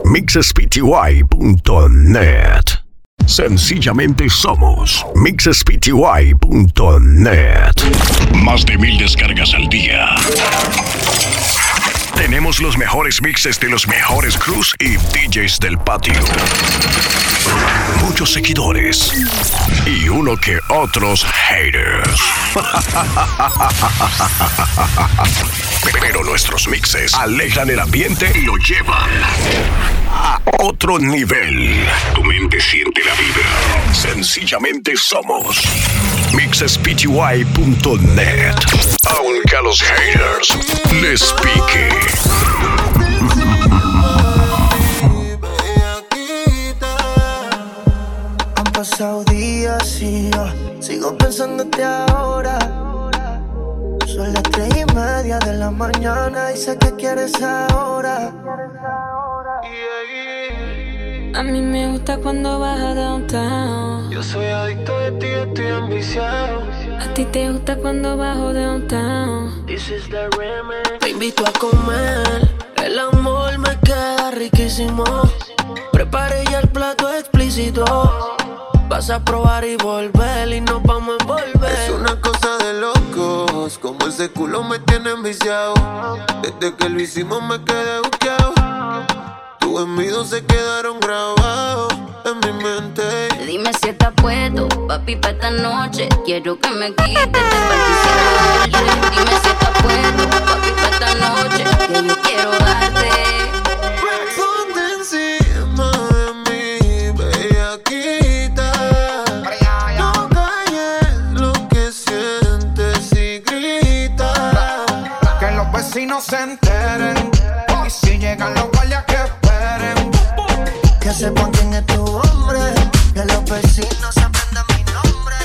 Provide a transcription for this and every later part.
mixespty.net. Sencillamente somos mixespty.net. Más de 1000 descargas al día. Tenemos los mejores mixes de los mejores crews y DJs del patio. Muchos seguidores y uno que otros haters. Pero nuestros mixes alegran el ambiente y lo llevan a otro nivel. Tu mente siente la vibra. Sencillamente somos mixespty.net. Aunque a los haters les pique. Han pasado días y yo sigo pensándote ahora. Son las 3:30 de la mañana y sé que quieres ahora. A mí me gusta cuando vas a downtown. Yo soy adicto de ti, estoy ambiciado. A ti te gusta cuando bajo downtown. This is the remix. Te invito a comer. El amor me queda riquísimo. Preparé ya el plato explícito. Vas a probar y volver y nos vamos a envolver. Es una cosa de locos, como ese culo me tiene enviciado. Desde que lo hicimos me quedé buqueado. Tus envidios se quedaron grabados en mi mente. Dime si estás puesto, papi, pa' esta noche. Quiero que me quites de participar. Dime si estás puesto, papi, pa' esta noche. Que yo quiero darte. Ponte encima de mí, bellaquita. No calles lo que sientes y grita. Que los vecinos se enteren. Y si llegan los guardias que esperen. Que sepan quién es tu hombre. Que los vecinos aprendan mi nombre.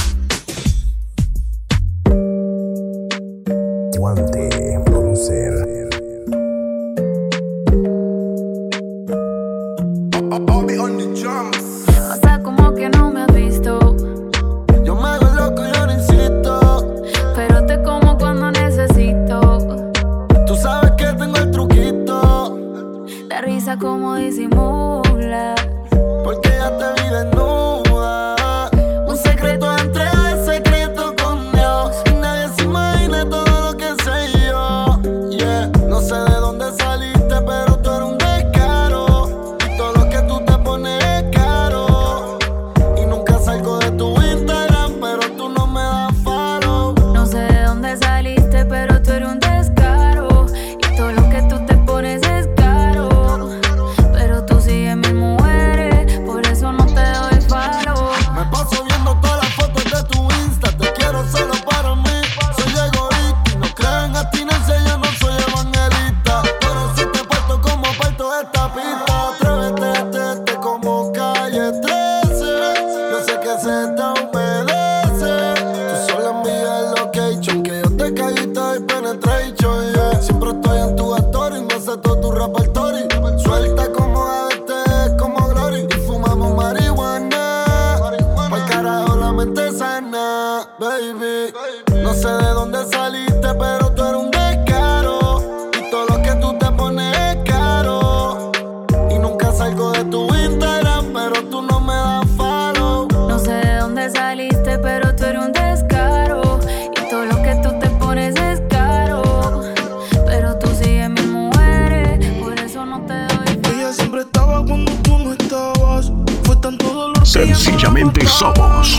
Guante Producer. O sea, como que no me has visto. Yo me hago loco, yo no insisto. Pero te como cuando necesito. Tú sabes que tengo el truquito. La risa como disimula. Porque ya te vi desnuda. Un secreto entre secreto con Dios. Y nadie se imagina todo lo que sé yo. Yeah, no sé de dónde saliste, pero tú eres un descaro. Y todo lo que tú te pones es caro. Y nunca salgo de tu Instagram, pero tú no me das follow. No sé de dónde saliste, pero tú eres un descaro. Y todo lo que tú te pones es caro. Pero tú sigues mis mujeres, por eso no te doy follow. Me paso viendo todas las fotos de tu Insta. Te quiero solo para mí. Soy egoísta y no crean abstinencia, yo no soy evangelista. Pero si te parto como parto esta pista. Atrévete como calle 13. Yo sé que se te humedece. Tú solo envías el location, que yo te caí y te doy penetration, yeah. Siempre estoy en tu story, me sé todo tu repertorio. Suelta como ADT, como Glory. Y fumamos marihuana. Pa'l carajo la mente sana, baby. No sé de dónde saliste, pero tú eres un descaro. Y todo lo que tú te pones es caro. Y nunca salgo de tu Instagram, pero tú no me das follow. No sé de dónde saliste, pero tú eres un descaro. Y todo lo que tú te pones es caro. Pero tú sigues mis mujeres, por eso no te doy. Ella siempre estaba cuando tú no estabas. Fue tanto dolor. Sencillamente somos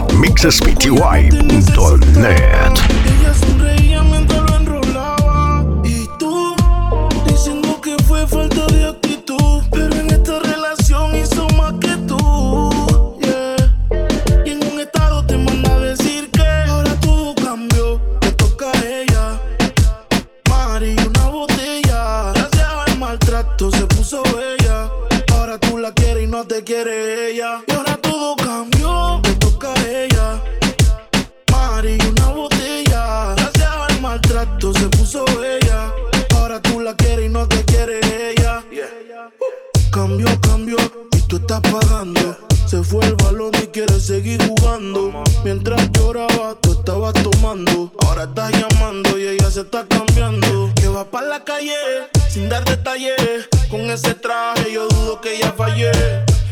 mixespty.net. Ella sonreía mientras lo enrolaba. Y tú, diciendo que fue falta de actitud. Pero en esta relación hizo más que tú, yeah. Y en un estado te manda a decir que ahora todo cambió. Le toca a ella. Mari, una botella. Gracias al maltrato se puso bella. Ahora tú la quieres y no te quiere ella. Y ahora todo cambió. Le toca a ella. Mari, una botella. Gracias al maltrato se puso bella. Ahora tú la quieres y no te quiere ella. Cambió y tú estás pagando. Se fue el balón y quiere seguir jugando. Mientras lloraba, tú estabas tomando. Ahora estás llamando y ella se está cambiando. Que va pa' la calle sin dar detalles. Con ese traje yo dudo que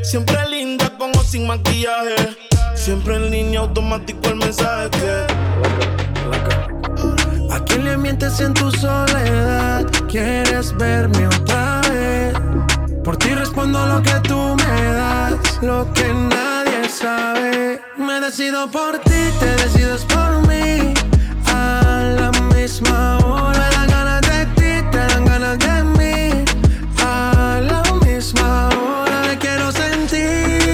Siempre linda con o sin maquillaje. Siempre en línea automático el mensaje que ¿a quién le mientes en tu soledad? ¿Quieres verme otra vez? Por ti respondo lo que tú me das, lo que nadie sabe. Me decido por ti, te decides por mí. A la misma hora me dan ganas de ti, te dan ganas de mí. A la misma hora me quiero sentir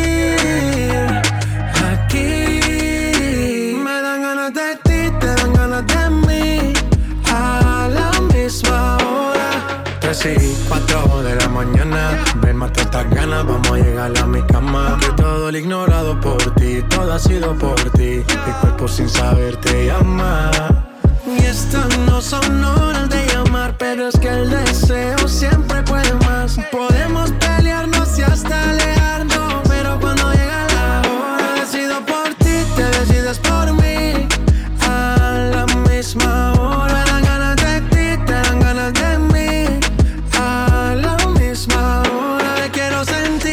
aquí. Me dan ganas de ti, te dan ganas de mí. A la misma hora. 3 y 4 de la mañana, ven, mata estas ganas, vamos a llegar a mi cama. Que todo el ignorado por ti, todo ha sido por ti. Mi cuerpo sin saber te llama. Y estas no son horas de llamar, pero es que el deseo siempre puede más. Podemos pelearnos y hasta alejarnos, pero cuando llega la hora decido por ti, te decides por mí. A la misma hora me dan ganas de ti, te dan ganas de mí. A la misma hora me quiero sentir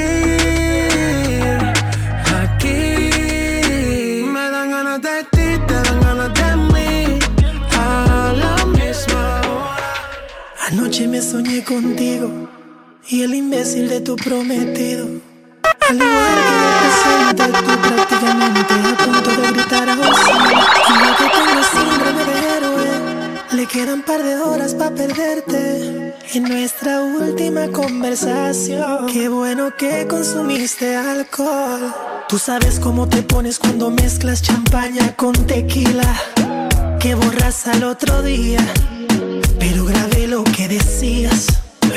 aquí. Me dan ganas de ti, te dan ganas de mí. A la misma hora. Anoche me soñé contigo y el imbécil de tu prometido. Al igual que el presente, tú prácticamente a punto de gritar auxilio. Y yo que tengo síndrome de héroe, le quedan par de horas pa' perderte. En nuestra última conversación, qué bueno que consumiste alcohol. Tú sabes cómo te pones cuando mezclas champaña con tequila, que borras al otro día, pero grabé lo que decías.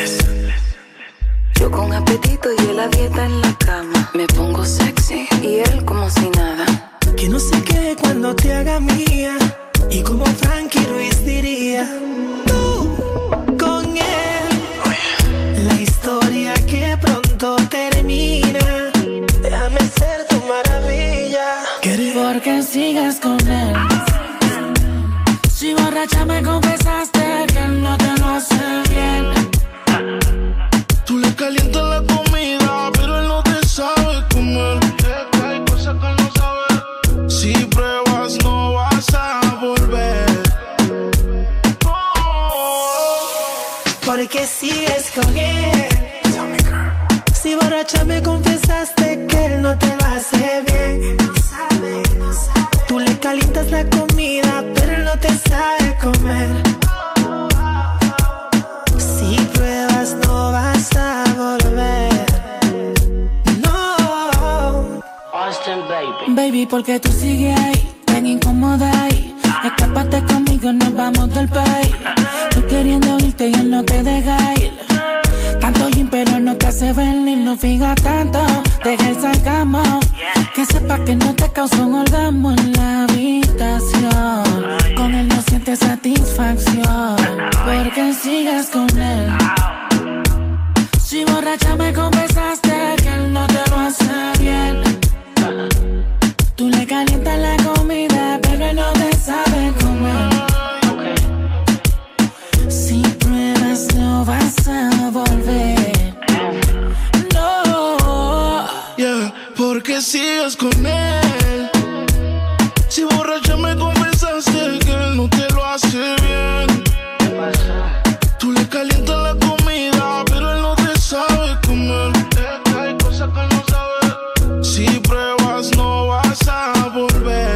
Yo con apetito y él a dieta en la cama. Me pongo sexy y él como si nada. Que no se quede cuando te haga mía. Y como Frankie Ruiz diría, tú con él, la historia que pronto termina. Déjame ser tu maravilla. Porque sigues con él. Si borracha me confesaste que él no te lo hace bien. tú le calientas la comida, pero él no te sabe comer. Es que hay cosas que él no sabe. Si pruebas no vas a volver. Porque sigues con él. Si borracha me confesaste que él no te lo hace bien. Tú le calientas la comida, pero él no te sabe comer. Si pruebas no vas a volver. No. Austin, baby, porque tú sigues ahí, tan incómoda ahí. Escápate conmigo, nos vamos del país. Tú queriendo irte y él no te deja ir. Tanto gym pero no te hace venir. No fijas tanto, deja el sarcasmo. Que sepa que no te causó un orgasmo en la habitación. Con él no sientes satisfacción, porque sigues con él. Si borracha me confesaste que él no te lo hace bien. Tú le calientas la comida, pero él no te sabe comer. Si pruebas no vas a volver. No. Yeah, porque sigues con él. Si borracha me confesaste que él no te lo hace bien. Tú le calientas la comida, pero él no te sabe comer. Es que hay cosas que él no sabe. Si pruebas no vas a volver.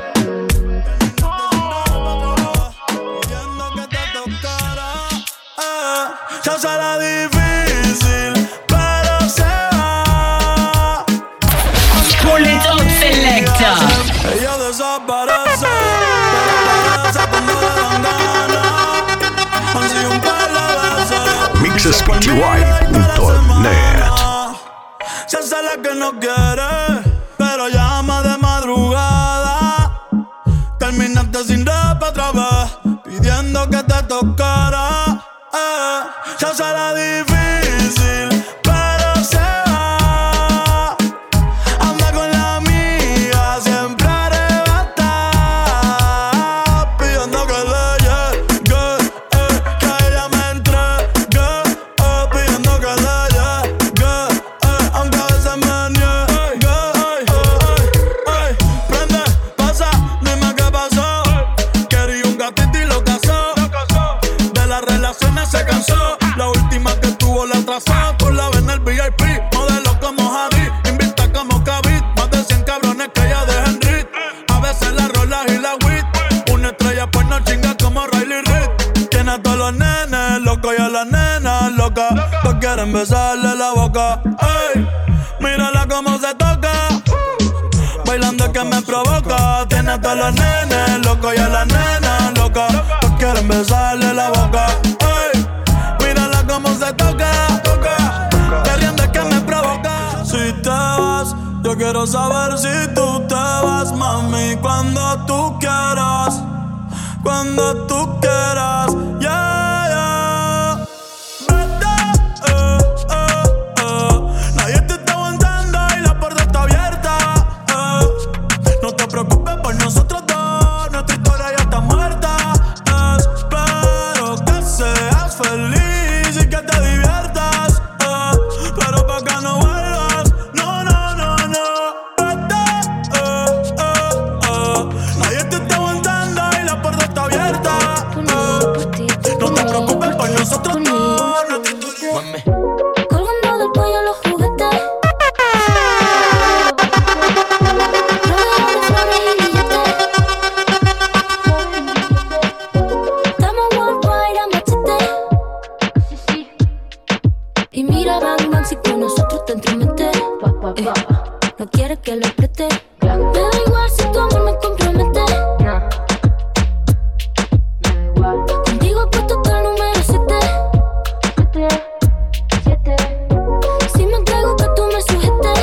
Se hace la difícil, pero se va. Pull it up, selector. Ella desaparece, pero aparece cuando le dan ganas. Han sido un par de veces. mixespty.net. Se hace la que no quiere, pero llama de madrugada. Terminaste sin rap otra vez, pidiendo que te tocara. Se hace la difícil, pero se va. Anda con la amiga, siempre arrebata, pidiendo que le llegue, que a ella me entregue, pidiendo que le llegue, aunque a veces me VIP, modelo como Javi, invita como Kavit, más de 100 cabrones que ya dejan rit. A veces la rola y la wit, una estrella pues no chinga como Riley Reid. Tiene a todos los nenes locos y a las nenas locas, todos quieren besarle la boca. Ey, mírala como se toca, bailando que me provoca. Tiene a todos los nenes locos y a las nenas locas, todos quieren besarle la boca. Ey, mírala como se toca, queriendo que me provoca. Si te vas, yo quiero saber si tú te vas, mami, cuando tú quieras, cuando tú quieras, yeah, yeah. Nadie te está aguantando y la puerta está abierta. No te preocupes por nosotros dos, nuestra historia ya está muerta. Espero que seas feliz y que te diviertas, pero pa' que no vuelvas, no, no, no, no. Nadie te está aguantando y la puerta está abierta. No te preocupes por nosotros dos, nuestra historia. Colgando del cuello los juguetes, flores y billetes. Estamos worldwide a machete. Y mira, Bang Bang, si con nosotros te entremetes, no quieres que lo apriete. Me da igual si tu amor me compromete. Contigo he puesto hasta el número 7. Si me entrego que tú me sujetes.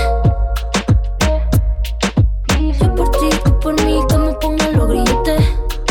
Yo por ti, tú por mí, que me pongan los grilletes.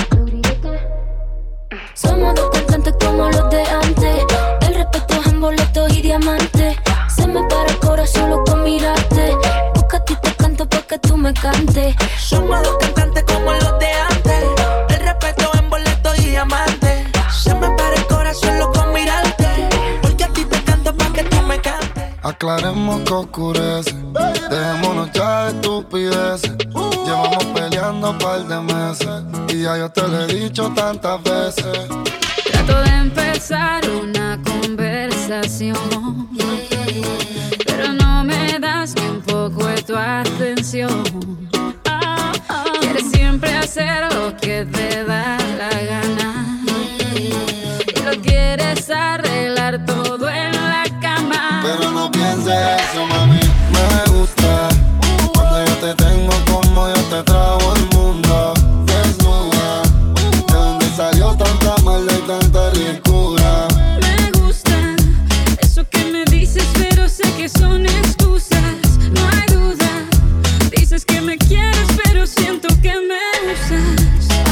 Somos dos cantantes como los de antes. El respeto es en boletos y diamantes. Se me para el corazón solo con mirarte. Porque a ti te canto pa' que tú me cantes. Somos dos cantantes como los de antes. El respeto en boletos y diamantes. Se me para el corazón solo con mirarte. Porque a ti te canto pa' que tú me cantes. Aclaremos que oscurece, dejémonos ya de estupideces. Llevamos peleando un par de meses y ya yo te lo he dicho tantas veces. Trato de empezar una conversación, pero no me das ni un poco de tu atención. Quieres siempre hacer lo que te da la gana y lo quieres arreglar todo en la cama. Pero no pienses eso, mami, me gusta cuando yo te tengo como yo te trago el mundo. Desnuda, de donde salió tanta maldad y tanta ricura. Me gusta eso que me dices, pero sé que son excusas. No hay duda, dices que me quieres, pero siento que me usas.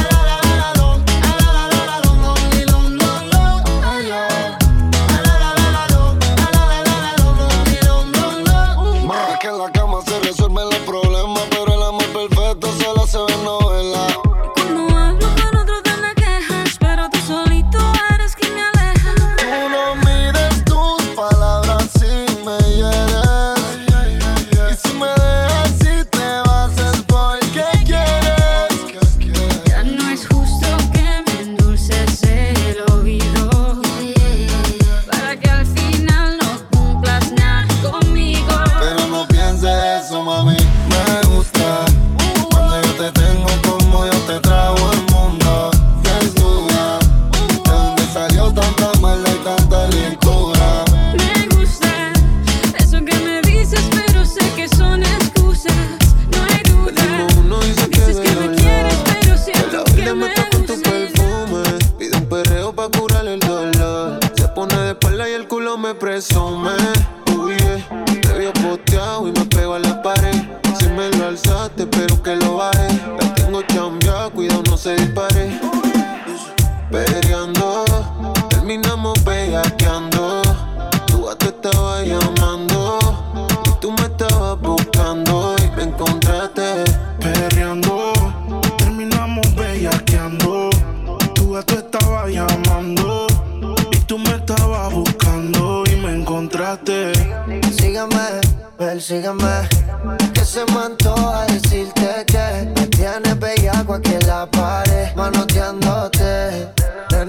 Más que en la cama se resuelven los problemas, pero el amor perfecto solo se ve en novela. Cuando hablo con otros te me quejas, pero tú solito eres quien me aleja. Tú no mires tus palabras si me hieres. Y si me dejas y te vas es porque quieres. Ya no es justo que me endulces el oído para que al final no cumplas nada conmigo. Pero no pienses eso, mami, me gusta cuando yo te tengo como yo te trago el mundo. Desnuda, de donde salió tanta maldad y tanta ricura. Me gusta eso que me dices, pero sé que son excusas. No hay duda, Uno dice que dices que me quieres, pero siento que le me meto con tu usas. perfume. Pide un perreo pa' curar el dolor. Se pone de espalda y el culo me presume. Uy, te veo posteado y me pego a la pared. Si me lo alzaste, espero que lo baje. La tengo chambeada, cuidado no se dispare. Peleando, terminamos bellaqueando. Tu gato estaba llamando y tú me estabas buscando y me encontraste. Perreando, terminamos bellaqueando. Tu gato estaba llamando y tú me estabas buscando y me encontraste. Sígueme, persígueme, que se me antoja decirte que me tienes bellaco aquí en la pared, manoteándote.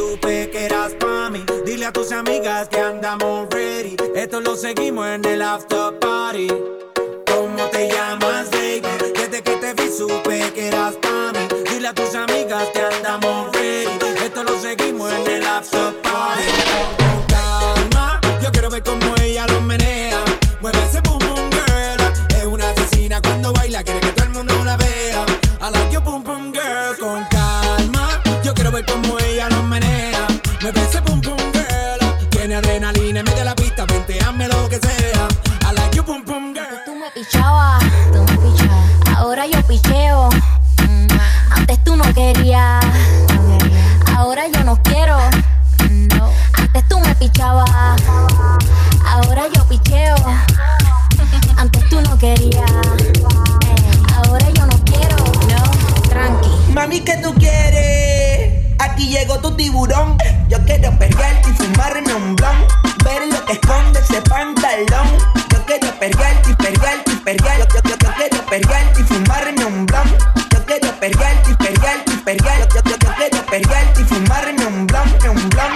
supe que eras pa' mí. Dile a tus amigas que andamos ready. Esto lo seguimos en el after party. ¿Cómo te llamas, baby? Desde que te vi supe que eras pa' mí. Dile a tus amigas que andamos ready. Esto lo seguimos en el after party. Con calma, yo quiero ver cómo ella lo menea. Mueve ese boom boom girl. Es una asesina cuando baila, quiere que todo el mundo la vea. I like your boom boom girl. Con calma, yo quiero ver cómo ella lo menea. Mueve ese boom boom girl. Tiene adrenalina en medio de la pista, venteame lo que sea. I like your boom boom girl. Tú me pichabas, ahora yo picheo. Antes tú no querías, ahora yo no quiero. Antes tú me pichabas, ahora yo picheo. Antes tú no querías, ahora yo no quiero. No, tranqui. Mami, ¿qué tú quieres? Aquí llegó tu tiburón. Yo quiero perrearte y fumarme un blon. Ver lo que esconde ese pantalón. Yo quiero perrearte y perrearte y perrearte. Yo quiero perrearte y fumarme un blon. Yo quiero perrearte y perrearte y perrearte. Yo quiero perrearte y fumarme un blon, un blon.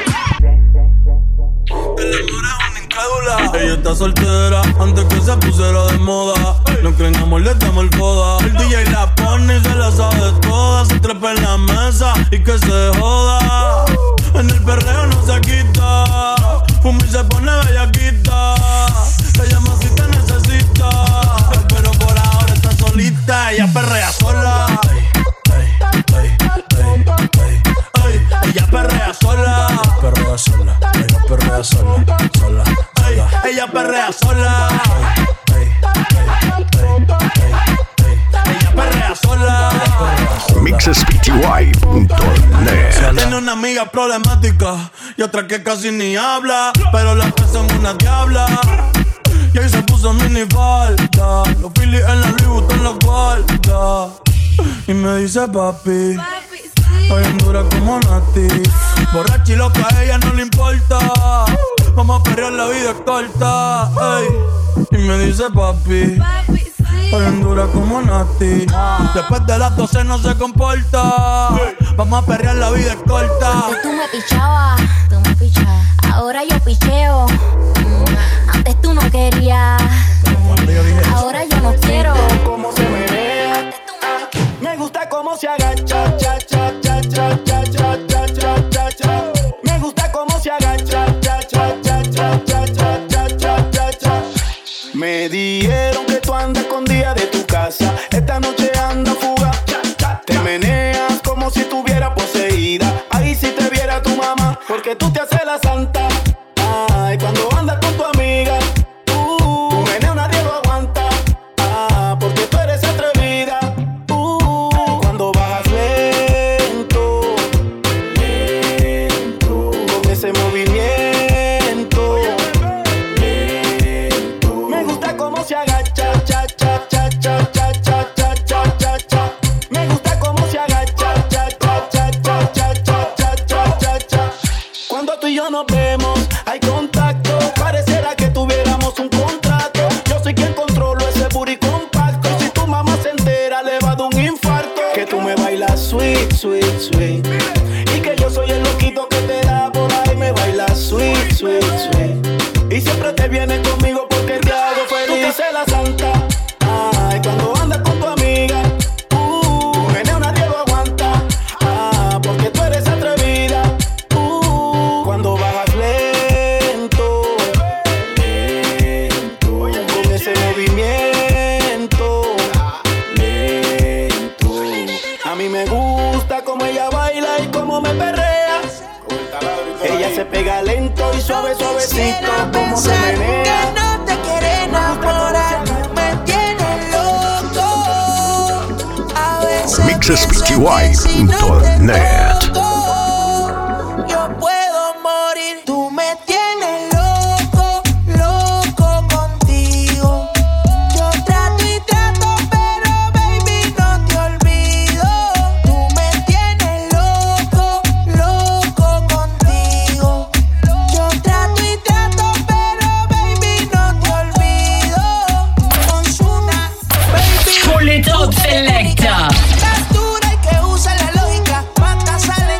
Ella está soltera antes que se pusiera de moda. No creen amor, le damos el coda. El DJ la pone y se la sabe toda. Se trepa en la mesa y que se joda. En el perreo no se quita. Fuma y se pone bellaquita. Se llama si te necesita. Pero por ahora está solita. Ella perrea sola. Ella perrea sola. Perrea sola. Ella perrea sola. Sola. Ella perrea sola. Ella perrea sola. MixesPty.net. Tiene una amiga problemática y otra que casi ni habla, pero las tres son una diabla. Y ahí se puso mini falta. Los Phillies en la Louis Vuitton en la guarda. Y me dice papi, estoy en dura como Nati. Borracha y loca, a ella no le importa. Vamos a perrear, la vida es corta. Ey. Y me dice papi, estoy en dura como Nati. Después de las 12 no se comporta. Vamos a perrear, la vida es corta. Antes tú me pichabas, ahora yo picheo. Antes tú no querías, ahora yo no quiero. Cómo se menea, me gusta cómo se agacha, cha cha cha cha cha cha cha cha cha cha. Me gusta cómo se agacha, cha cha cha cha cha cha cha cha cha cha. Me dijeron que tú andas escondida de tu casa, esta noche anda fuga. Te meneas como si estuviera poseída. Ahí si te viera tu mamá, porque tú te haces la santa. Ay, cuando andas con tu amiga, tu meneo nadie lo aguanta. Porque tú eres atrevida. Cuando bajas lento, lento, con ese movimiento, lento. Me gusta cómo se agacha, cha cha cha cha cha cha cha cha cha cha. Me gusta cómo se agacha, cha cha cha cha cha cha cha cha cha cha. Cuando tú y yo nos vemos, hay contacto. Pareciera que tuviéramos un contrato. Yo soy quien controlo ese booty compacto. Y si tu mamá se entera, le va a dar un infarto. Que tú me bailas sweet, sweet, sweet. Y que yo soy el loquito que te da por ahí. Me bailas sweet, sweet, sweet. Y siempre te vienes conmigo porque te hago feliz. Tú te haces la santa. Ay, cuando andas con tu amiga, tu meneo nadie lo aguanta. Porque tú eres atrevida. Cuando bajas lento, lento, con ese movimiento, lento. A mí me gusta cómo ella baila y cómo me perrea. Ella se pega lento y suave, suavecito, como se menea. Que no te quiere enamorar, me tienes loco. A veces MixesPty.net. yo puedo morir. Tú me tienes loco, loco contigo. Yo trato y trato, pero baby no te olvido. Tú me tienes loco, loco contigo. Yo trato y trato, pero baby no te olvido. Ozuna, baby. Pull it up, selector. Captura y que usa la lógica. Mata, sale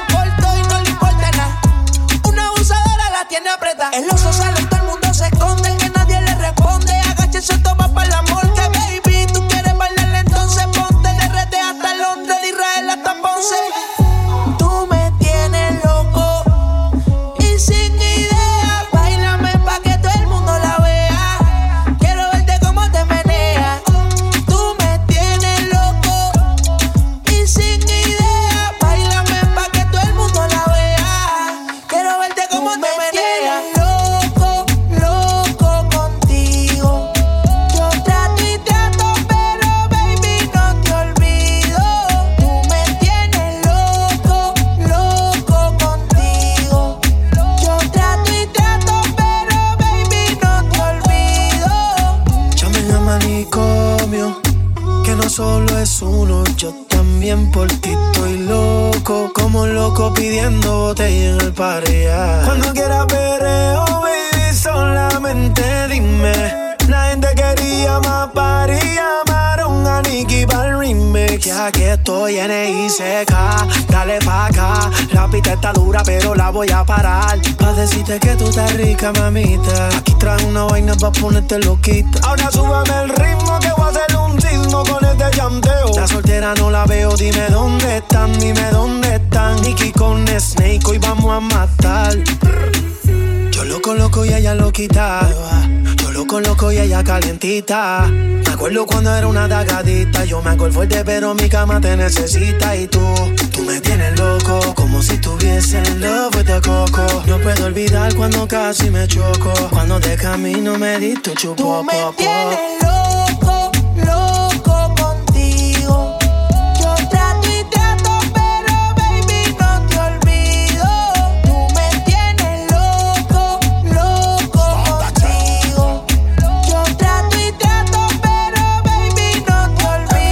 manicomio. Que no solo es uno, yo también por ti estoy loco. Como loco pidiendo botella en el pareja. Cuando quieras perreo, baby, solamente dime. La gente quería más party, llamaron a Nicky pa'l remix. Ya que estoy en NICK, dale pa' acá. La pista está dura pero la voy a parar. Pa' decirte que tú estás rica, mamita. Aquí traje una vaina pa' ponerte loquita. Ahora súbame el ritmo que voy a hacer un ritmo con este llanteo. La soltera no la veo, dime dónde están, dime dónde están. Nicky con Snake, hoy vamos a matar. Yo lo coloco y ella lo quita. Yo lo coloco y ella calientita. Me acuerdo cuando era una dagadita. Yo me hago el fuerte pero mi cama te necesita. Y tú me tienes loco, como si estuviese en love with the coco. No puedo olvidar cuando casi me choco. Cuando de camino me di tu chupo. Tú me tienes loco, loco contigo. Yo trato y trato pero baby no te olvido. Tú me tienes loco, loco contigo. Yo trato y trato pero baby no te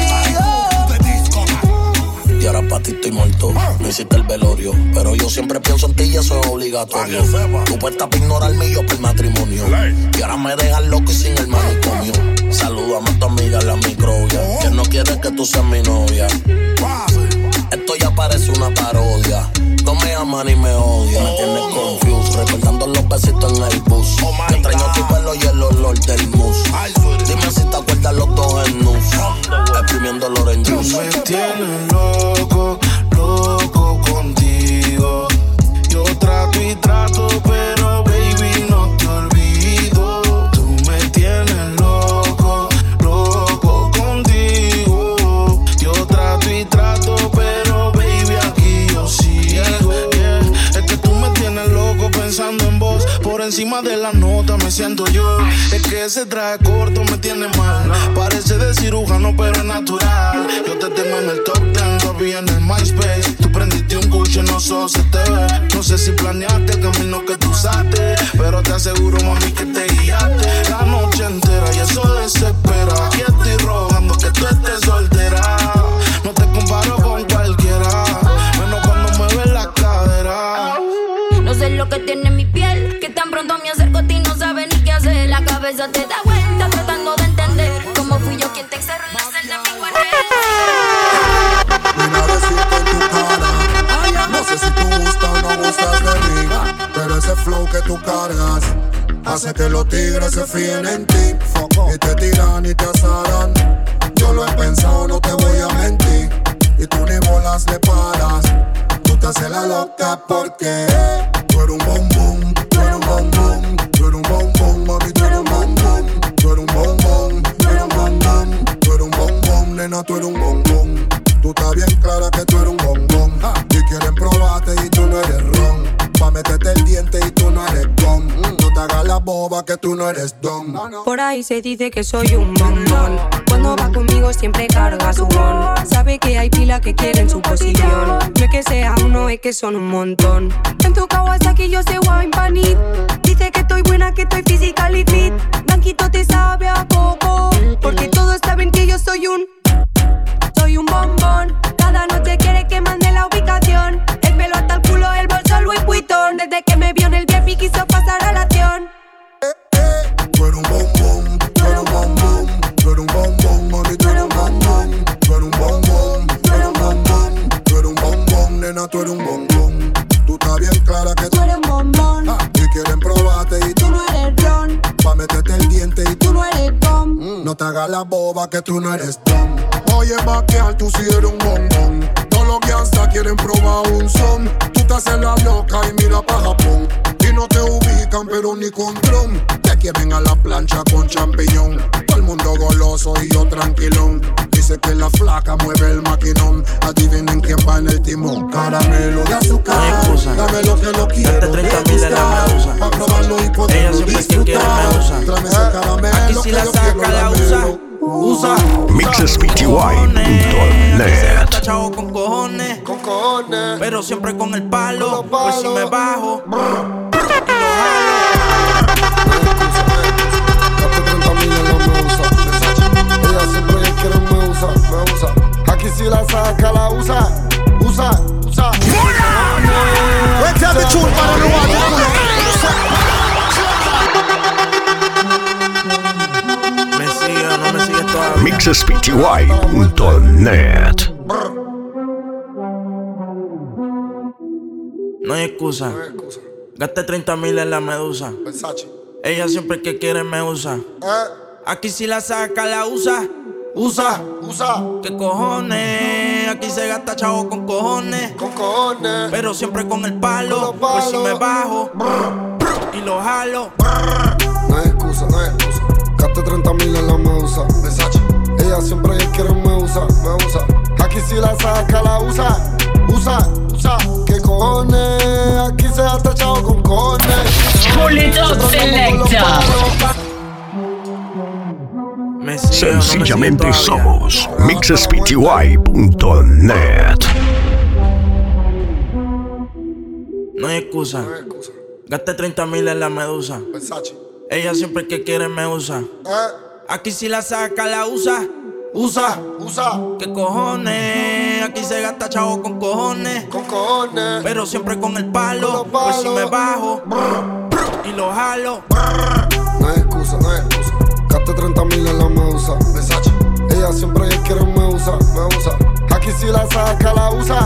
olvido. Y ahora pa' ti estoy muerto. No hiciste el velorio, pero yo siempre pienso en ti y eso es obligatorio. Tú puestas para ignorarme y yo por el matrimonio. Y ahora me dejas loco y sin el manicomio. Saludame a tu amiga la microbia, que no quiere que tú seas mi novia. Esto ya parece una parodia. No me amas ni me odia. Me tienes confused, recordando los besitos en el bus. Te extraño tu pelo y el olor del mousse. Dime si te acuerdas los dos en nus. Exprimiendo el orange juice. Tú me tienes loco, loco contigo. Yo trato y trato, pero baby no te olvido. Tú me tienes loco, loco contigo. Yo trato y trato, pero baby aquí yo sigo. Yeah. Es que tú me tienes loco pensando en vos. Por encima de la nota me siento yo. Es que ese traje corto me tiene mal. Parece de cirujano pero es natural. Yo te tengo en el top 10, Robbie en el MySpace. Tú prendiste un Gucci, no solo se te ve. No sé si planeaste el camino que tú usaste, pero te aseguro, mami, que te guiaste la noche entera y eso desespera. Aquí estoy rogando que tú estés soltera. No te comparo con cualquiera, menos cuando mueves la cadera. No sé lo que tiene mi piel, que tan pronto me acerco a ti no sabes ni qué hacer. La cabeza te da vuelta tratando de entender cómo fui yo quien te encerró en la celda de mi cuartel. Vine a decirte en tu cara, no sé si tú gustas o no gustas de mí, pero ese flow que tú cargas hace que los tigres se fíen en ti y te tiran y te asaran. Yo lo he pensado, no te voy a mentir, y tú ni bolas le paras. Tú te haces la loca porque tú eres un bombón, tú eres un bombón, tú eres un bombón, mami, tú eres un bombón, tú eres un bombón, tú eres un bombón, tú eres un bombón, nena, tú eres un bombón. Tú estás bien clara que tú eres un bombón y quieren probarte y tú no eres ron. Pa' meterte el diente y tú no eres gom. No te hagas la boba que tú no eres don. Por ahí se dice que soy un bombón. Cuando va conmigo siempre carga su bon. Sabe que hay pila que quieren su posición. No es que sea uno, es que son un montón. En tu Kawasaki yo sé wine panit. Dice que estoy buena, que estoy physically fit. Blanquito te sabe a poco, porque todos saben que yo soy un bombón. Cada noche quiere que mande la ubicación. El pelo hasta el culo, el bolso Louis Vuitton. Desde que me vio en el VIP quiso pasar a la acción. Tú eres un bombón, tú eres un bombón, tú eres un bombón, mami, tú eres un bombón, tú eres un bombón, tú eres un bombón, tú eres un bombón, nena, tú eres un bombón. Tú estás bien clara que tú eres un bombón y quieren probarte y tú no eres ron. Pa' meterte el diente y tú no eres gom. No te hagas la boba que tú no eres don. Oye, vaquear, tú sí eres un bombón. Todos los gangsters quieren probar un son. Tú te haces la loca y mira pa' Japón. Y no te ubican pero ni con dron. Te quieren a la plancha con champiñón. Todo el mundo goloso y yo tranquilón. Dice que la flaca mueve el maquinón. Adivinen quién va en el timón. Caramelo de azúcar, dame lo que lo quiero. 30,000 de la medusa. Pa' probarlo y poderlo ella siempre quien quiere medusa. Tráeme ese caramelo. Aquí si la saca la usa. MixesPty.net. Chavo con cojones, pero siempre con el palo. Por si me bajo, saca, la usa. Vete a bichul para robar el culo. Me sigue o no me sigue todavía. mixespty.net. No hay excusa. Gasté 30,000 en la medusa. Versace. Ella siempre que quiere me usa. Aquí si la saca, la usa. Usa. ¿Qué cojones? Aquí se gasta chavo con cojones. Pero siempre con el palo. Por si me bajo y lo jalo. No hay excusa. Gasté 30,000 en la medusa. Versace. Ella siempre quiere me usa. Aquí si la saca, la usa. ¿Qué cojones? Aquí se gasta chavo con cojones. Pull it up, selector. Sencillamente somos mixespty.net. No hay excusa. Gasté 30,000 en la medusa. Versace. Ella siempre que quiere me usa. Aquí si la saca, la usa. ¿Qué cojones? Aquí se gasta chavo con cojones. Pero siempre con el palo. Por si me bajo y lo jalo. No hay excusa. Gasté 30,000 en la medusa. Versace. Ella siempre quiere me usa. Aquí si la saca, la usa.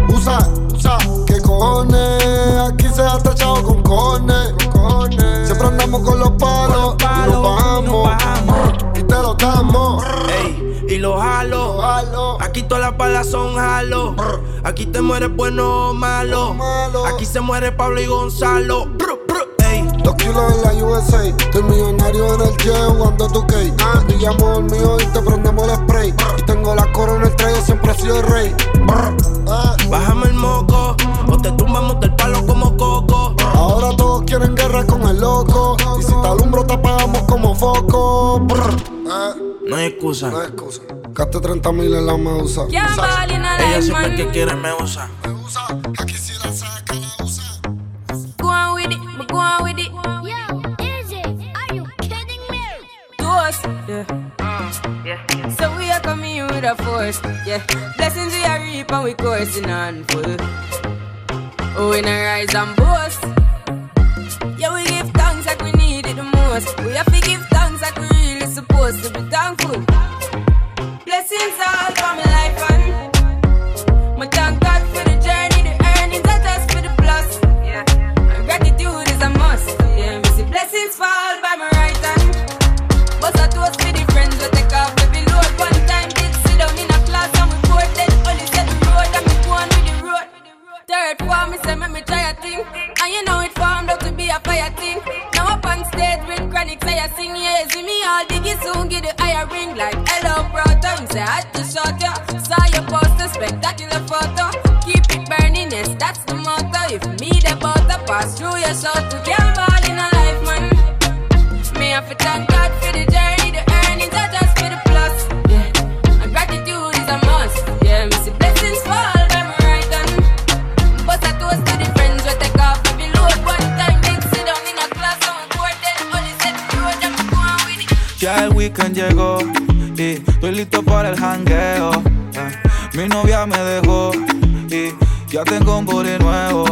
¿Qué cojones? Aquí se gasta chavo con cojones. Siempre andamos con los palos y nos bajamos. Y te lo damos. Y lo jalo. Aquí todas las balas son jalo. Aquí te mueres bueno o malo. Aquí se muere Pablo y Gonzalo. 2 kilos en la USA. Estoy millonario en el jet jugando 2K. Pillamos el mío y te prendemos el spray. Y tengo la corona en el tren, siempre he sido el rey. Bájame el moco o te tumbamos del palo como coco. Ahora todos quieren guerra con el loco. Y si te alumbro te apagamos como foco. No hay excusa. Gasté 30,000 en la medusa. Ella siempre que quiere me usa. Aquí si la saca, la usa. Go on with it. Yo, Izzy, are you kidding me? To us, yeah. So we are coming in with a force, yeah. Blessings we are reap and we coursing on full. Oh, we not rise and boast. Yeah, we give thanks like we need it the most. We have to give thanks like we really supposed to be thankful. Blessings all for my life and my thank God for the journey, the earnings are just for the plus. Yeah, and gratitude is a must. Yeah, me see blessings fall by my right hand. But I toast for the friends we take off every load. One time did sit down in a class and we bored. Then only set the road and me go on with the road. Third form, me say me try a thing. And you know it formed out to be a fire thing. Now up on stage with chronic say I sing. Yeah, see me all diggy soon get the higher ring. Like hello brother, me say I had to shot ya. Saw your poster, spectacular photo. Keep it burning, yes, that's the motto. If me the butter pass through your shot to get ball in a life, man. Me have to thank God for the journey, the earnings are just for the plus. Yeah, and gratitude is a must. Yeah, me see blessings fall by my right hand. But I toast to the friends we take off every load. One time they sit down in a class and we bored. Then only set the road and we go on with it. Ya el weekend llegó y estoy listo para el jangueo. Mi novia me dejó y ya tengo un booty nuevo.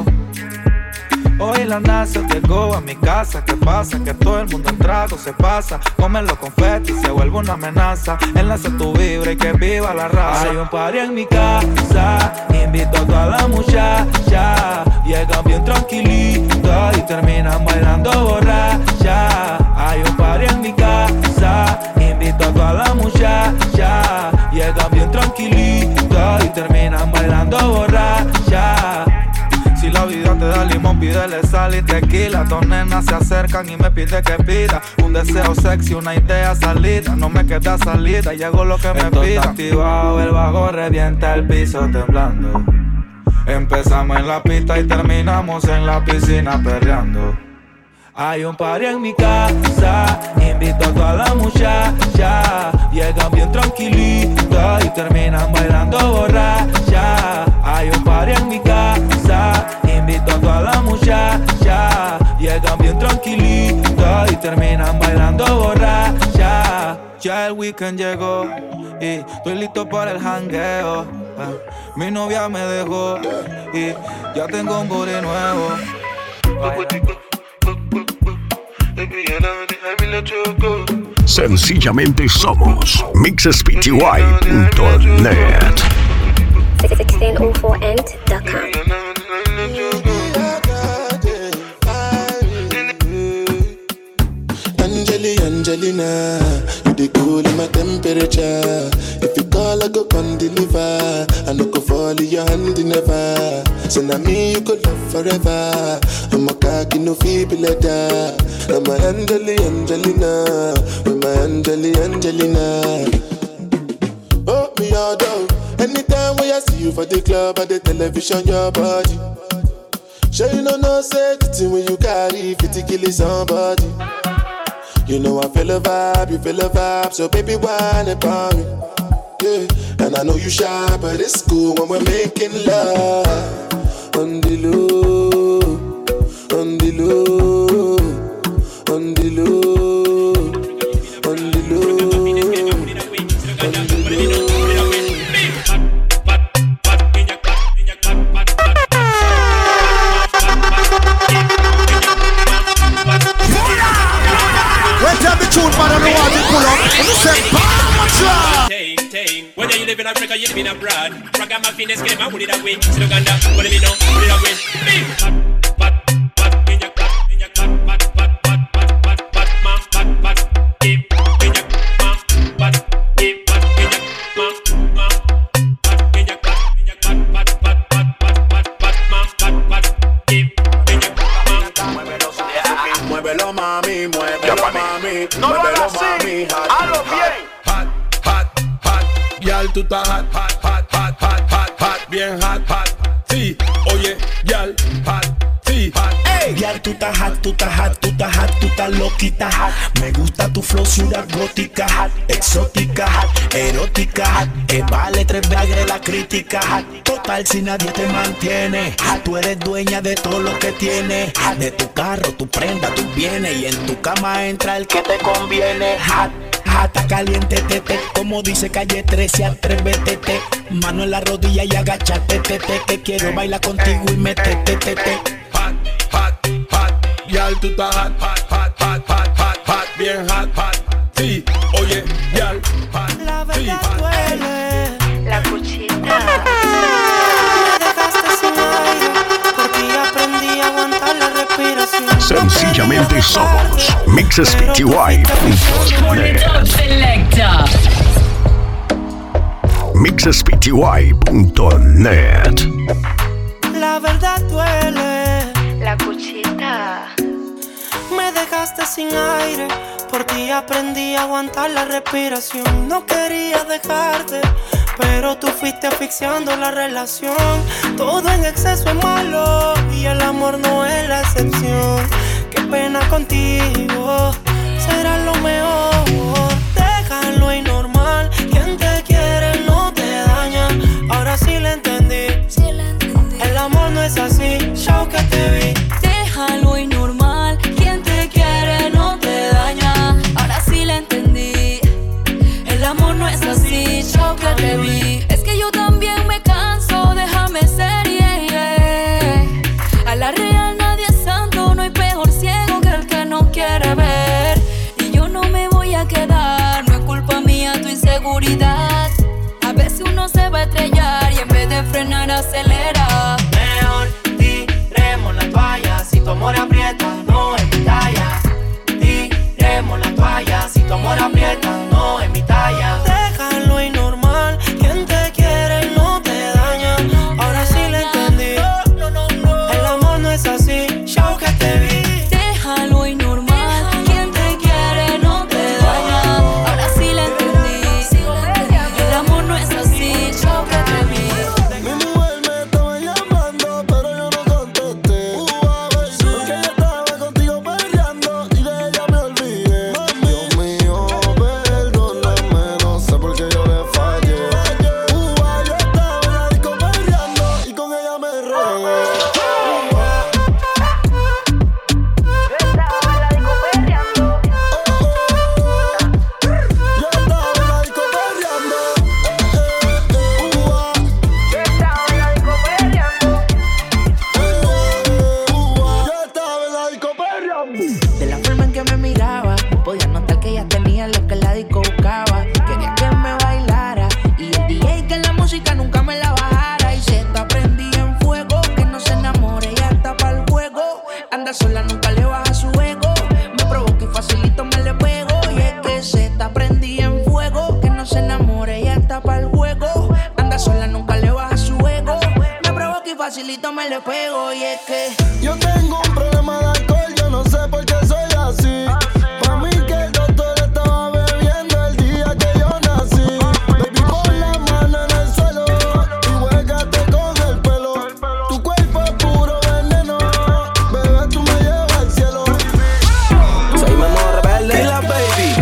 Hoy la NASA llegó a mi casa. ¿Qué pasa? Que todo el mundo en trago se pasa. Comen los confetis se vuelve una amenaza. Enlace tu vibra y que viva la raza. Hay un party en mi casa. Invito a toda la muchacha. Llegan bien tranquilitas y terminan bailando borracha. Hay un party en mi casa. Invito a toda la muchacha. Llegan bien tranquilitas y terminan bailando borracha. Si la vida te da limón, pídele sal y tequila. Dos nenas se acercan y me pide que pida un deseo sexy, una idea salida. No me queda salida, llego lo que me pida. Activado, el bajo revienta el piso temblando. Empezamos en la pista y terminamos en la piscina perreando. Hay un party en mi casa, invito a toda la muchacha. Llegan bien tranquilitas y terminan bailando borracha. Hay un party en mi casa, invito a toda la muchacha. Llegan bien tranquilitas y terminan bailando borracha. Ya el weekend llegó y estoy listo para el jangueo. Mi novia me dejó y ya tengo un body nuevo. Sencillamente somos mixespty.net. 1604end.com. Angelina, you the cool in my temperature. If you call, I go come deliver. I no go fall in your hand never. So now me you could love forever. I'm a cocky no feeble letter. I'm a Angelina, with my Angelina. Oh me all down. Anytime when I see you for the club or the television, your body. Sure you know say the thing when you carry 50 kill somebody. You know I feel a vibe, you feel a vibe, so baby whine about me. Yeah, and I know you shy, but it's cool when we're making love. On the low, on the low, on the low, on the low, on the low. Tune for the one to pull up. Say, whether you live in Africa, you live in abroad. Ragamuffin is game, I put it away. Still Uganda, what do you know? Put it away. Muévelo mami, muévelo mami. Muévelo mami, hazlo bien. Hot, hot, hot. Yal, tú estás hot, hot, hot, hot, hot, hot, hot. Bien hot, hot. Sí, oye, yal, hot, sí, hot. Yal, tú estás hot, tú estás hot, tú estás hot, tú estás loquita. Me gusta tu flow, ciudad gótica, exótica, erótica. Que vale 3 veces la crítica. Total, si nadie te mantiene, tú eres dueña de todo lo que tienes. De tu carro, tu prenda, tus bienes. Y en tu cama entra el que te conviene. Está caliente, tete, como dice Calle 13, atrévete, mano en la rodilla y agachate, que quiero bailar contigo y metete, Hot, hot, hot, yal, tú estás hot, hot, hot, hot, hot, hot, hot, bien hot, hot, sí, oye, yal, hot, la sí, verdad duele, La cuchita. me dejaste sin aire, porque aprendí a aguantar la respiración. Sencillamente somos mixespty.net. Selector. mixespty.net. La verdad duele, La cuchita. me dejaste sin aire, por ti aprendí a aguantar la respiración. No quería dejarte, pero tú fuiste asfixiando la relación. Todo en exceso es malo y el amor no es la excepción. Qué pena contigo, será lo mejor. Déjalo y normal, quien te quiere no te daña. Ahora sí le entendí, el amor no es así, chao que te vi. Déjalo y normal, quien te quiere no te daña. Ahora sí le entendí, el amor no es así, chao que te vi. Es que yo también me canso, déjame ser, yeah. A la real nadie es santo, no hay peor ciego que el que no quiere ver. Y yo no me voy a quedar, no es culpa mía tu inseguridad. A veces uno se va a estrellar y en vez de frenar acelera. Mejor tiremos la toalla, si tu amor aprieta, no es mi talla. Tiremos la toalla, si tu amor aprieta, no es mi talla. Déjalo y normal, quien te quiere no te daña. Ahora sí le entendí, el amor no es así, chao que te vi. Déjalo y normal, quien te quiere no te daña. Ahora sí le entendí, el amor no es así, chao que te vi. Mi mujer me estaba facilito me le pego. Y es que yo tengo un problema de alcohol, yo no sé por qué soy así. Pa' mí que el doctor estaba bebiendo el día que yo nací. Baby, pon la mano en el suelo y huélgate con el pelo. Tu cuerpo es puro veneno, bebé, tú me llevas al cielo. Soy Memo Rebelde y la baby.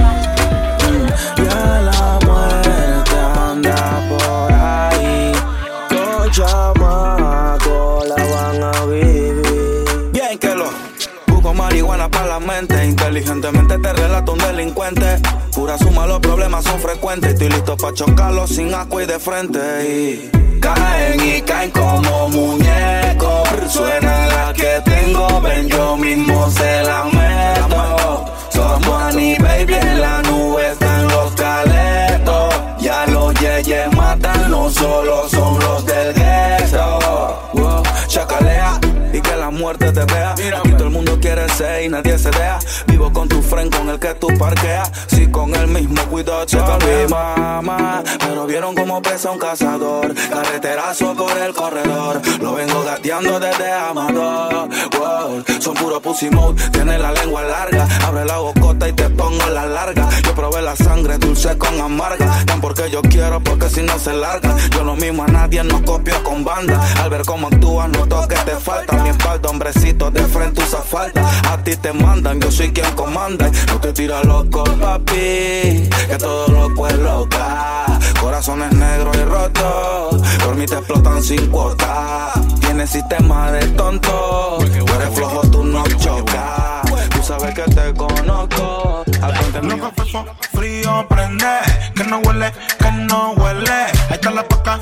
Ya la muerte anda por ahí. Con chamaco la van a vivir. Bien que lo busco marihuana para la mente. Inteligentemente te relato un delincuente. Pura suma, los problemas son frecuentes. Estoy listo pa' chocarlos sin asco y de frente. Y caen como muñecos. Suena la que tengo, ven yo mismo se la meto. Somos Annie, baby, en la nube están los caletos. Ya los yeyes matan, no solo son los del gueto. Wow, chacalea y que la muerte te vea. Aquí todo el mundo quiere ser y nadie se deja. Vivo con tu friend con el que tú parqueas. Si con el mismo cuidado checa mi mamá. Pero vieron cómo pesa un cazador. Carreterazo por el corredor. Lo vengo gateando desde Amador. Wow, son puro pussy mode. Tienes la lengua larga. Abre la bocota y te pongo la larga. Yo probé la sangre dulce con amarga. Tan porque yo quiero, porque si no se larga. Yo lo mismo a nadie, no copio con banda. Al ver cómo actúas, noto que te falta. Mi espalda, hombrecito, de frente usa falta. A ti te mandan, yo soy quien comanda. No te tiras loco, papi, que todo loco es loca. Corazones negros y rotos, por mí te explotan sin cuota. Tienes sistema de tonto, tú eres flojo, tú no chocas. Tú sabes que te conozco. Loco, fefo, frío, prende. Que no huele, que no huele. Ahí está la paca.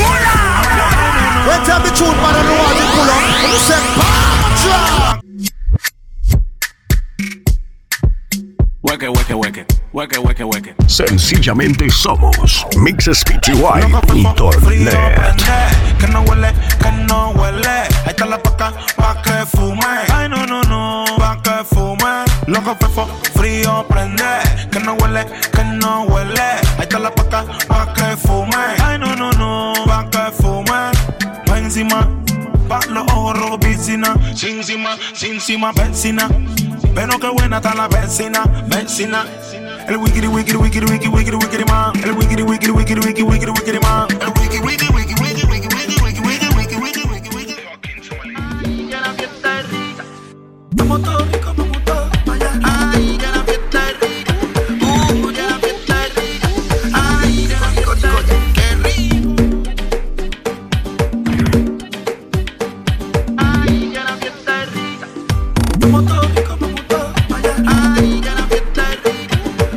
Let's have the tune para no hacer culo. Como se pacha. Hueque. Sencillamente somos mixespty.net. Que no huele, que no huele. Ahí está la paca pa' que fume. Ay, no, pa' que fume. Loco, fefo, frío, prende. Que no huele, que no huele. Ahí está la paca pa' que fume. Ay, no, pa' que fume. Pa' encima, pa' los ojos rojos, piscina. Sin cima, vecina. Pero qué buena está la vecina. El wikiri man. El wikiri man. El wikiri man. ya la fiesta es rica. Vamos todos ricos, vamos todos para allá. Ay, ya la fiesta es rica. Ya la fiesta es rica. Ay, ya la fiesta es rica. Qué rico. Ay, ya la fiesta es rica. Vamos todos ricos, vamos todos para allá. Ay, ya la fiesta es rica.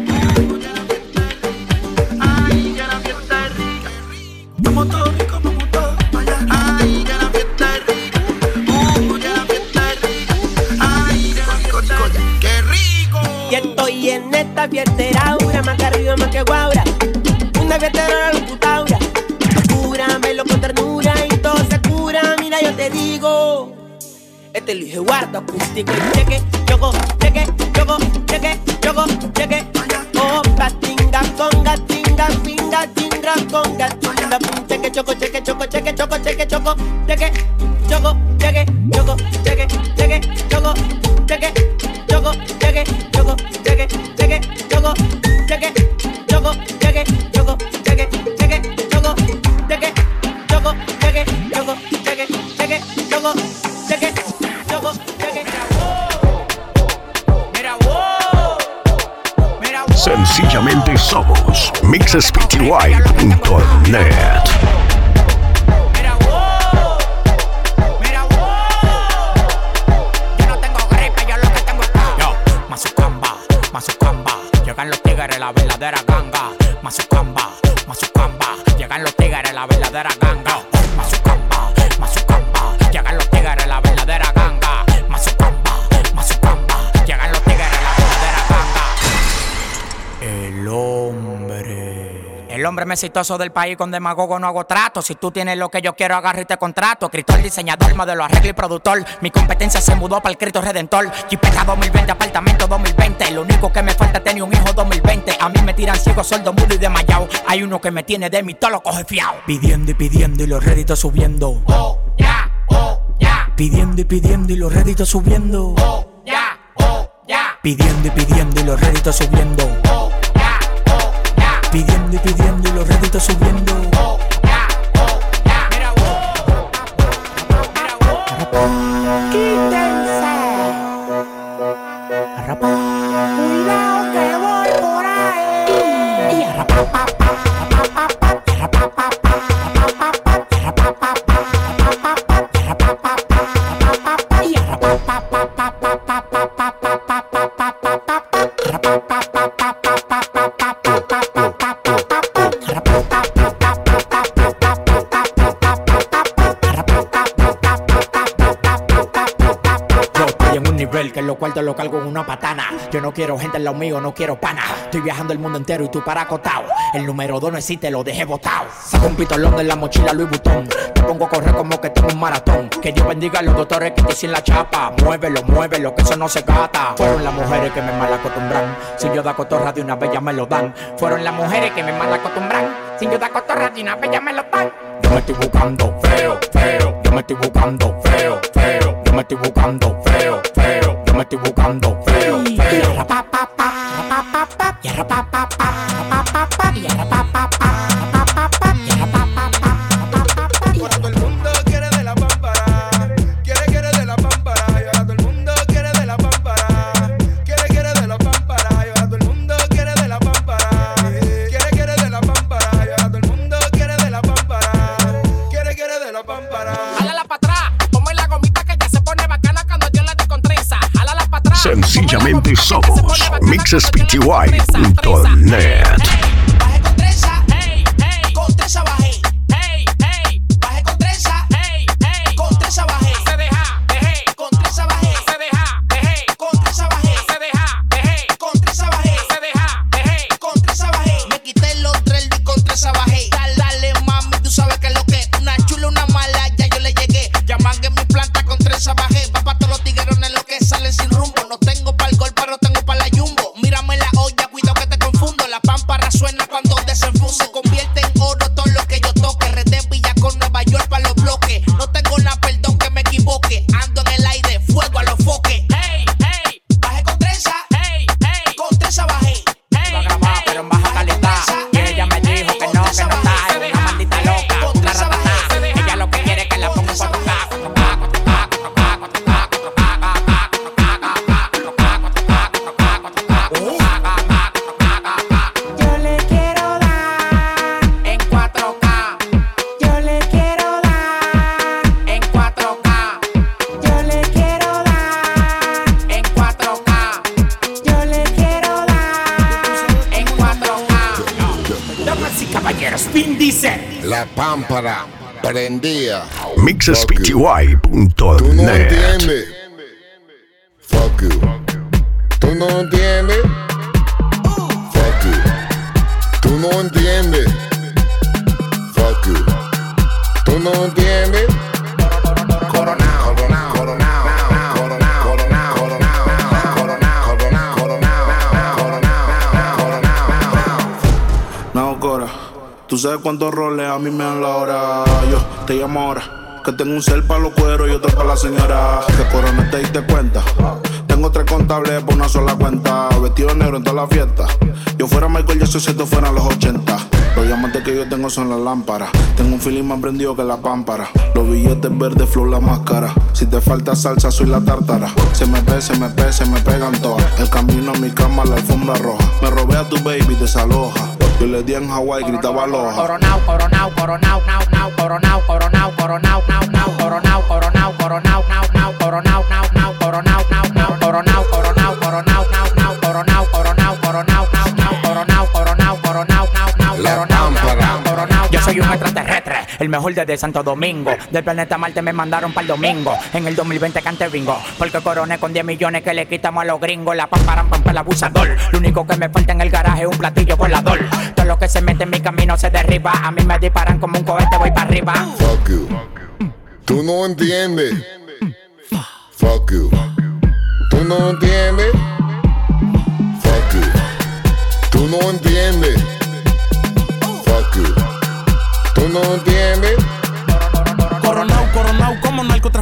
Ay, ya la fiesta es rica. Vamos todos ricos, vamos todos para allá. Ay, ya la fiesta es rica. Ya la fiesta es rica. Ay, ya la fiesta es rica. ¡Qué rico! Y estoy en esta fiesteraura, más que arriba, más que guaura. Una fiestera locutaura. Cúramelo con ternura y todo se cura. Mira, yo te digo. Este Luis Eduardo acústico y cheque, choco, cheque, choco, cheque, choco, cheque. Opa, tinga, conga, tinga, pinga, tinga, conga, tinga, cheque, choco, cheque, choco, cheque, choco, cheque, choco, cheque, choco, cheque, choco, cheque, cheque, choco, cheque, choco, cheque, choco, cheque, cheque, choco, cheque, choco, cheque, choco, cheque, cheque, choco, cheque, choco, cheque, choco, cheque, cheque, choco, cheque. Sencillamente somos mixespty.net. Mazucamba, llegan los tigres, la verdadera ganga. Mazucamba, llegan los tigres, la verdadera ganga. Mazucamba, llegan los tigres, la verdadera ganga. Mazucamba, llegan los tigres, la verdadera ganga. El hombre más exitoso del país, con demagogo no hago trato. Si tú tienes lo que yo quiero, agarra y te contrato. Escritor, diseñador, modelo, arreglo y productor. Mi competencia se mudó para el Cristo Redentor. Jipeta 2020, apartamento 2020. Lo único que me falta es tener un hijo 2020. A mí me tiran ciego, sordo, mudo y desmayado. Hay uno que me tiene de mí, todo lo coge fiao. Pidiendo y los réditos subiendo. Oh, yeah. Pidiendo y pidiendo y los réditos subiendo. Pidiendo y pidiendo y los réditos subiendo. Pidiendo y pidiendo y los réditos subiendo. Quítense. Cuidado que voy por ahí. Y que en los cuartos lo cargo en una patana. Yo no quiero gente en lo mío, no quiero pana. Estoy viajando el mundo entero y tú para acotado. El número 2 no existe, lo dejé botado. Saco un pistolón de la mochila Louis Vuitton. Te pongo a correr como que tengo un maratón. Que Dios bendiga a los doctores que te hicieron la chapa. Muévelo, muévelo, que eso no se gata. Fueron las mujeres que me mal acostumbran. Si yo da cotorra de una vez ya me lo dan. Fueron las mujeres que me mal acostumbran. Si yo da cotorra de una vez ya me lo dan. Yo me estoy buscando feo, feo. Yo me estoy buscando feo, feo. Yo me estoy buscando feo, feo. Yo me estoy buscando feo, feo. Ahora todo el mundo quiere de la pámpara. Quiere de la pámpara. Y ahora todo el mundo quiere de la pámpara. Quiere de la pámpara. Y ahora todo el mundo quiere de la pámpara. Quiere de la pámpara. Y ahora todo el mundo quiere de la pámpara. Quiere de la pámpara. Jálala pa' atrás, ponme la gomita que ya se pone bacana cuando yo la dé con trenza. Jálala pa' atrás. Sencillamente somos mixespty.net. Bajé con trenza, con trenza bajé. Bajé con trenza, con trenza bajé. Se deja, dejé, Con trenza bajé. se deja, dejé, Con trenza bajé. se deja, dejé, Con trenza bajé. se deja, dejé. Con trenza bajé. Me quité los dreads y con trenza bajé. Dale mami, tú sabes que es lo que. Una chula, una mala, ya yo le llegué. Llaman en mi planta con trenza bajé. Va pa' todos los tiguerones los que salen sin rumbo. No tengo pa'l gol, pero tengo pa' la jumbo. Mírame la olla, cuidado que te confundo. La pámpara suena cuando desenfundo. Se convierte en oro todo lo que yo toque. Red de Villa con Nueva York pa' los bloques. No tengo la perdón que me equivoque. Ando en el aire, fuego a los foques. Bajé con trenza, con trenza bajé. Iba a grabar, pero en baja calidad. Y ella me dijo que no está. Es una maldita loca, una ratata. Ella lo que quiere es que la ponga en 4K. Yo le quiero dar En 4K, Yo le quiero dar, en 4K, yo le quiero dar, en 4K, yo le quiero dar. en 4K. Damas y caballeros, Vin Diesel. La pámpara prendía. mixespty.net. Tú no entiendes. Fuck you. Tú no entiendes. Fuck you. Tú no entiendes. Fuck you. Tú no entiendes. Coronao, coronao, coronao, coronao, coronao, coronao, coronao, coronao, coronao. No, Cora, tú sabes cuántos roles a mí me dan la hora. Yo te llamo ahora, que tengo un cel para los cueros y otro para la señora. Que Corona te diste cuenta. Tengo 3 contables por una sola cuenta. Vestido de negro en toda la fiesta. Yo fuera Michael Jackson si esto fueran los 80. Los diamantes que yo tengo son las lámparas. Tengo un feeling más prendido que la pámpara. Los billetes verdes, flow la máscara. Si te falta salsa, soy la tártara. Se me pegan todas. El camino a mi cama, la alfombra roja. Me robé a tu baby, desaloja. Yo le di en Hawái, gritaba aloha. Coronao, coronao, coronao, now, now, coronao, coronao, coronao, now, now, coronao, coronao, coronao, now, now, coronao, now, now, coronao, now, now, coronao, coronao, coronao, now, now, coronao, coronao, coronao, now, now, coronao, coronao, coronao, now, now, coronao, now, coronao. Yo soy un extraterrestre, el mejor desde Santo Domingo. Del planeta Marte me mandaron para el domingo. En el 2020 cante bingo, porque coroné con 10 millones que le quitamos a los gringos. La pamparan pampa el abusador. Lo único que me falta en el garaje es un platillo volador. Todo lo que se mete en mi camino se derriba. A mí me disparan como un cohete, voy para arriba. Fuck you. Tú no entiendes. Fuck you. Tú no entiendes. Fuck you. Tú no entiendes. Fuck you. Tú no entiendes. Coronao, coronao como narcotraficante.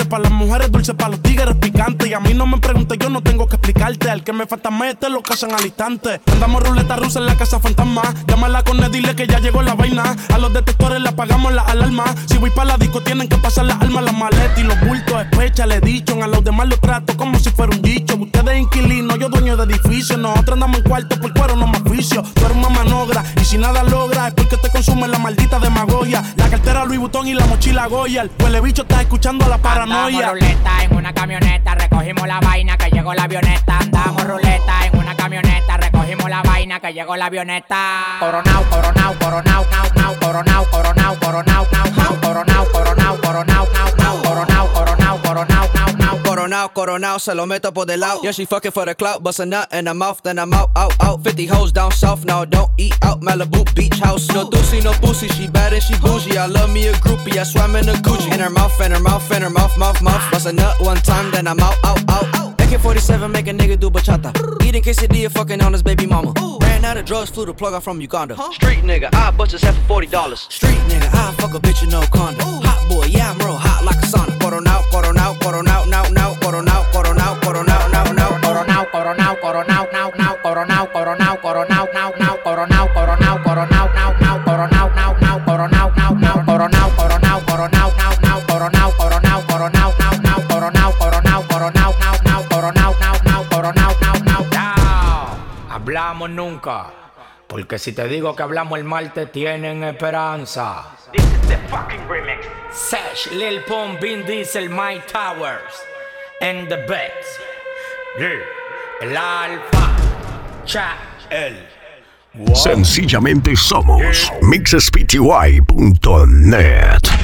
para las mujeres dulce, para los tigres picante. Y a mí no me preguntes, yo no tengo que explicarte. Al que me fantasme, este lo casan al instante. Andamos ruleta rusa en la casa fantasma. Llámala con él, dile que ya llegó la vaina. A los detectores le apagamos la alarma. Si voy para la disco tienen que pasar las armas, las maletas y los bultos. Especha, le he dicho. A los demás los trato como si fuera un dicho. Ustedes inquilinos, yo dueño de edificio. Nosotros andamos en cuarto por cuero, no más vicio. Tú eres una manogra y si nada logra es porque te consume la maldita demagogia. La cartera Louis Vuitton y la mochila Goya. El huele bicho está escuchando la paranoia. Andamos ruleta en una camioneta, recogimos la vaina que llegó la avioneta. Andamos ruleta en una camioneta, recogimos la vaina que llegó la avioneta. Coronao, coronao, coronao, nao, nao, coronao, coronao, coronao, nao, nao, coronao, coronao, coronao, nao, nao, coronao, coronao, coronao, nao, nao. Coronao, coronao, se lo meto por del lado. Yeah, she fucking for the clout, bust a nut in her mouth, then I'm out, out, out. 50 hoes down south, now don't eat out. Malibu beach house, no doozy, no boozy. She bad and she bougie, I love me a groupie, I swam in a Gucci. In her mouth, in her mouth, in her mouth, mouth, mouth. Bust a nut one time, then I'm out, out, out. AK-47 make a nigga do bachata. Eating quesadilla, fucking on his baby mama. Ran out of drugs, flew the plug out from Uganda. Street nigga, I bust his head for $40. Street nigga, I fuck a bitch in no condom. Hot boy, yeah, I'm real hot like a sauna. Coronao, coronao, coronao, now, now. Coronao, coronao, coronao, now, now. Coronao, coronao, coronao, now, now. Coronao, coronao, coronao, now, now. Coronao, coronao, coronao, now, now. Coronao, now, now. Coronao, now, now. Coronao, coronao, coronao, now, now. Coronao, coronao, coronao, now, now. Coronao, coronao, coronao, now, now. Coronao, now, now. Coronao, now, now, now. Hablamos nunca, porque si te digo que hablamos el martes tienen esperanza. This is the fucking remix. Sesh, Lil Pump, Vin Diesel, Mike Towers, and the Beats. El Alfa, Cha, el. Sencillamente somos mixespty.net.